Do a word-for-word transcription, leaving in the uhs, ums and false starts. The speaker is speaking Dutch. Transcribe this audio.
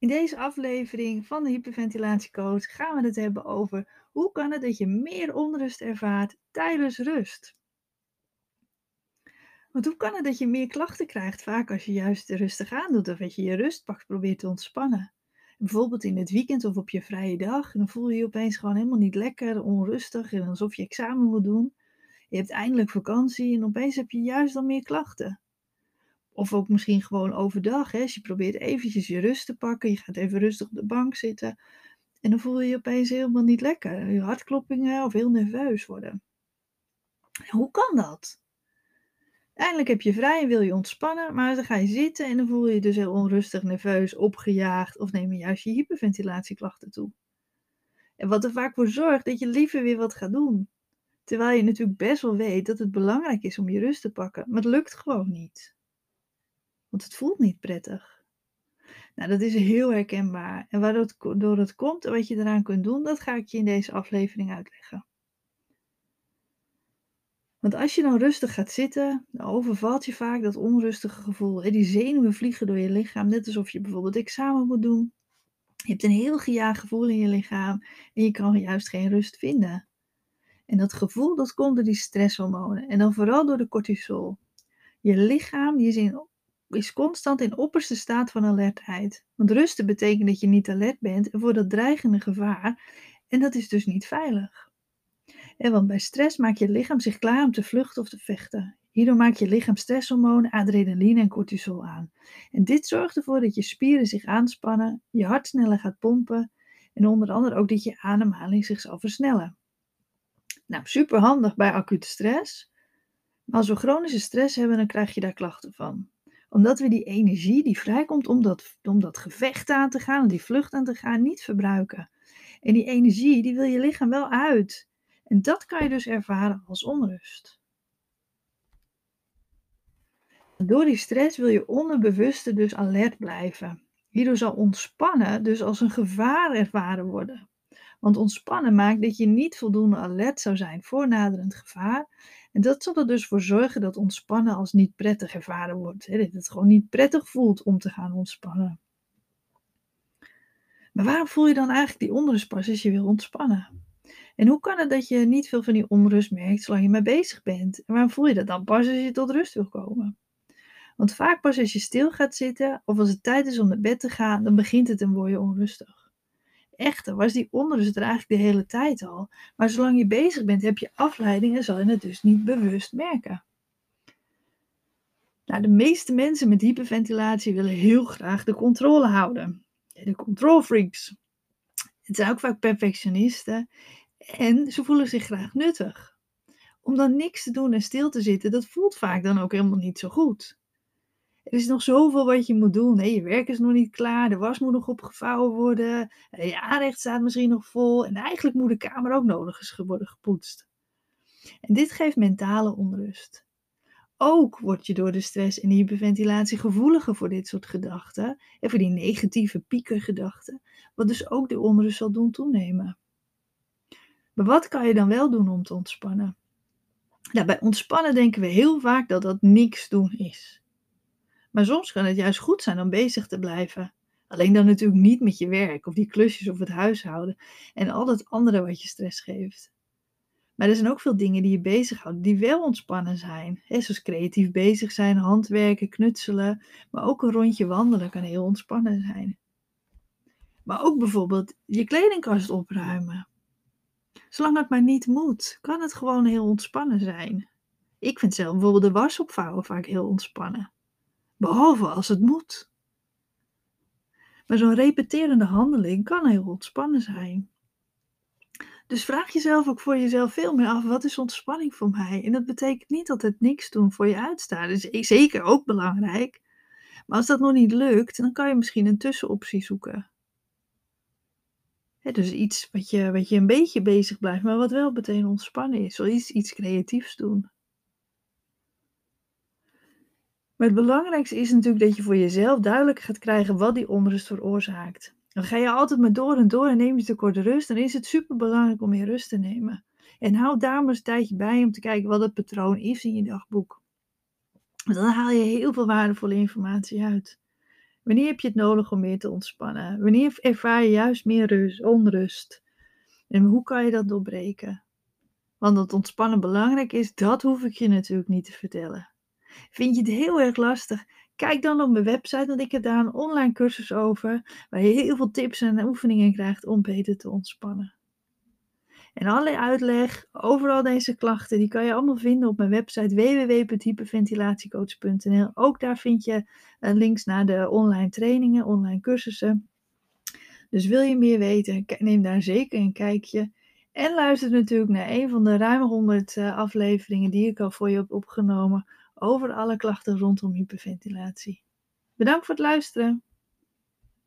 In deze aflevering van de Hyperventilatiecoach gaan we het hebben over hoe kan het dat je meer onrust ervaart tijdens rust. Want hoe kan het dat je meer klachten krijgt vaak als je juist rustig aandoet of dat je je rustpak probeert te ontspannen? Bijvoorbeeld in het weekend of op je vrije dag, en dan voel je je opeens gewoon helemaal niet lekker, onrustig en alsof je examen moet doen. Je hebt eindelijk vakantie en opeens heb je juist dan meer klachten. Of ook misschien gewoon overdag, hè, als je probeert eventjes je rust te pakken, je gaat even rustig op de bank zitten en dan voel je je opeens helemaal niet lekker. Je hartkloppingen of heel nerveus worden. Hoe kan dat? Eindelijk heb je vrij en wil je ontspannen, maar dan ga je zitten en dan voel je je dus heel onrustig, nerveus, opgejaagd of nemen juist je hyperventilatieklachten toe. En wat er vaak voor zorgt dat je liever weer wat gaat doen. Terwijl je natuurlijk best wel weet dat het belangrijk is om je rust te pakken, maar het lukt gewoon niet. Want het voelt niet prettig. Nou, dat is heel herkenbaar. En waardoor het komt en wat je eraan kunt doen, dat ga ik je in deze aflevering uitleggen. Want als je dan rustig gaat zitten, dan overvalt je vaak dat onrustige gevoel. Hè? Die zenuwen vliegen door je lichaam, net alsof je bijvoorbeeld examen moet doen. Je hebt een heel gejaagd gevoel in je lichaam en je kan juist geen rust vinden. En dat gevoel, dat komt door die stresshormonen en dan vooral door de cortisol. Je lichaam die is, in, is constant in opperste staat van alertheid. Want rusten betekent dat je niet alert bent voor dat dreigende gevaar en dat is dus niet veilig. En want bij stress maakt je lichaam zich klaar om te vluchten of te vechten. Hierdoor maakt je lichaam stresshormonen, adrenaline en cortisol aan. En dit zorgt ervoor dat je spieren zich aanspannen, je hart sneller gaat pompen en onder andere ook dat je ademhaling zich zal versnellen. Nou, superhandig bij acute stress. Maar als we chronische stress hebben, dan krijg je daar klachten van. Omdat we die energie die vrijkomt om dat, om dat gevecht aan te gaan, om die vlucht aan te gaan, niet verbruiken. En die energie, die wil je lichaam wel uit. En dat kan je dus ervaren als onrust. Door die stress wil je onderbewuste dus alert blijven. Hierdoor zal ontspannen dus als een gevaar ervaren worden. Want ontspannen maakt dat je niet voldoende alert zou zijn voor naderend gevaar. En dat zal er dus voor zorgen dat ontspannen als niet prettig ervaren wordt. Hè? Dat het gewoon niet prettig voelt om te gaan ontspannen. Maar waarom voel je dan eigenlijk die onrust pas als je wil ontspannen? En hoe kan het dat je niet veel van die onrust merkt zolang je mee bezig bent? En waarom voel je dat dan pas als je tot rust wil komen? Want vaak pas als je stil gaat zitten of als het tijd is om naar bed te gaan, dan begint het en word je onrustig. Echter was die onrust er eigenlijk de hele tijd al, maar zolang je bezig bent heb je afleiding en zal je het dus niet bewust merken. Nou, de meeste mensen met hyperventilatie willen heel graag de controle houden. De control freaks. Het zijn ook vaak perfectionisten en ze voelen zich graag nuttig. Om dan niks te doen en stil te zitten, dat voelt vaak dan ook helemaal niet zo goed. Er is nog zoveel wat je moet doen. Nee, je werk is nog niet klaar, de was moet nog opgevouwen worden, je aanrecht staat misschien nog vol en eigenlijk moet de kamer ook nog eens worden gepoetst. En dit geeft mentale onrust. Ook word je door de stress en de hyperventilatie gevoeliger voor dit soort gedachten en voor die negatieve piekergedachten, wat dus ook de onrust zal doen toenemen. Maar wat kan je dan wel doen om te ontspannen? Nou, bij ontspannen denken we heel vaak dat dat niks doen is. Maar soms kan het juist goed zijn om bezig te blijven. Alleen dan natuurlijk niet met je werk of die klusjes of het huishouden en al het andere wat je stress geeft. Maar er zijn ook veel dingen die je bezighouden die wel ontspannen zijn. He, zoals creatief bezig zijn, handwerken, knutselen. Maar ook een rondje wandelen kan heel ontspannen zijn. Maar ook bijvoorbeeld je kledingkast opruimen. Zolang het maar niet moet, kan het gewoon heel ontspannen zijn. Ik vind zelf bijvoorbeeld de was opvouwen vaak heel ontspannen. Behalve als het moet. Maar zo'n repeterende handeling kan heel ontspannen zijn. Dus vraag jezelf ook voor jezelf veel meer af, wat is ontspanning voor mij? En dat betekent niet dat het niks doen voor je uitstaat. Dat is zeker ook belangrijk. Maar als dat nog niet lukt, dan kan je misschien een tussenoptie zoeken. He, dus iets wat je, wat je een beetje bezig blijft, maar wat wel meteen ontspannen is. Of iets, iets creatiefs doen. Maar het belangrijkste is natuurlijk dat je voor jezelf duidelijk gaat krijgen wat die onrust veroorzaakt. Dan ga je altijd maar door en door en neem je tekort rust, dan is het superbelangrijk om meer rust te nemen. En houd daar maar eens een tijdje bij om te kijken wat het patroon is in je dagboek. Want dan haal je heel veel waardevolle informatie uit. Wanneer heb je het nodig om meer te ontspannen? Wanneer ervaar je juist meer rust, onrust? En hoe kan je dat doorbreken? Want dat ontspannen belangrijk is, dat hoef ik je natuurlijk niet te vertellen. Vind je het heel erg lastig? Kijk dan op mijn website, want ik heb daar een online cursus over, waar je heel veel tips en oefeningen krijgt om beter te ontspannen. En alle uitleg over al deze klachten, die kan je allemaal vinden op mijn website w w w punt hyperventilatiecoach punt n l. Ook daar vind je uh, links naar de online trainingen, online cursussen. Dus wil je meer weten, neem daar zeker een kijkje. En luister natuurlijk naar een van de ruim honderd uh, afleveringen die ik al voor je heb opgenomen over alle klachten rondom hyperventilatie. Bedankt voor het luisteren.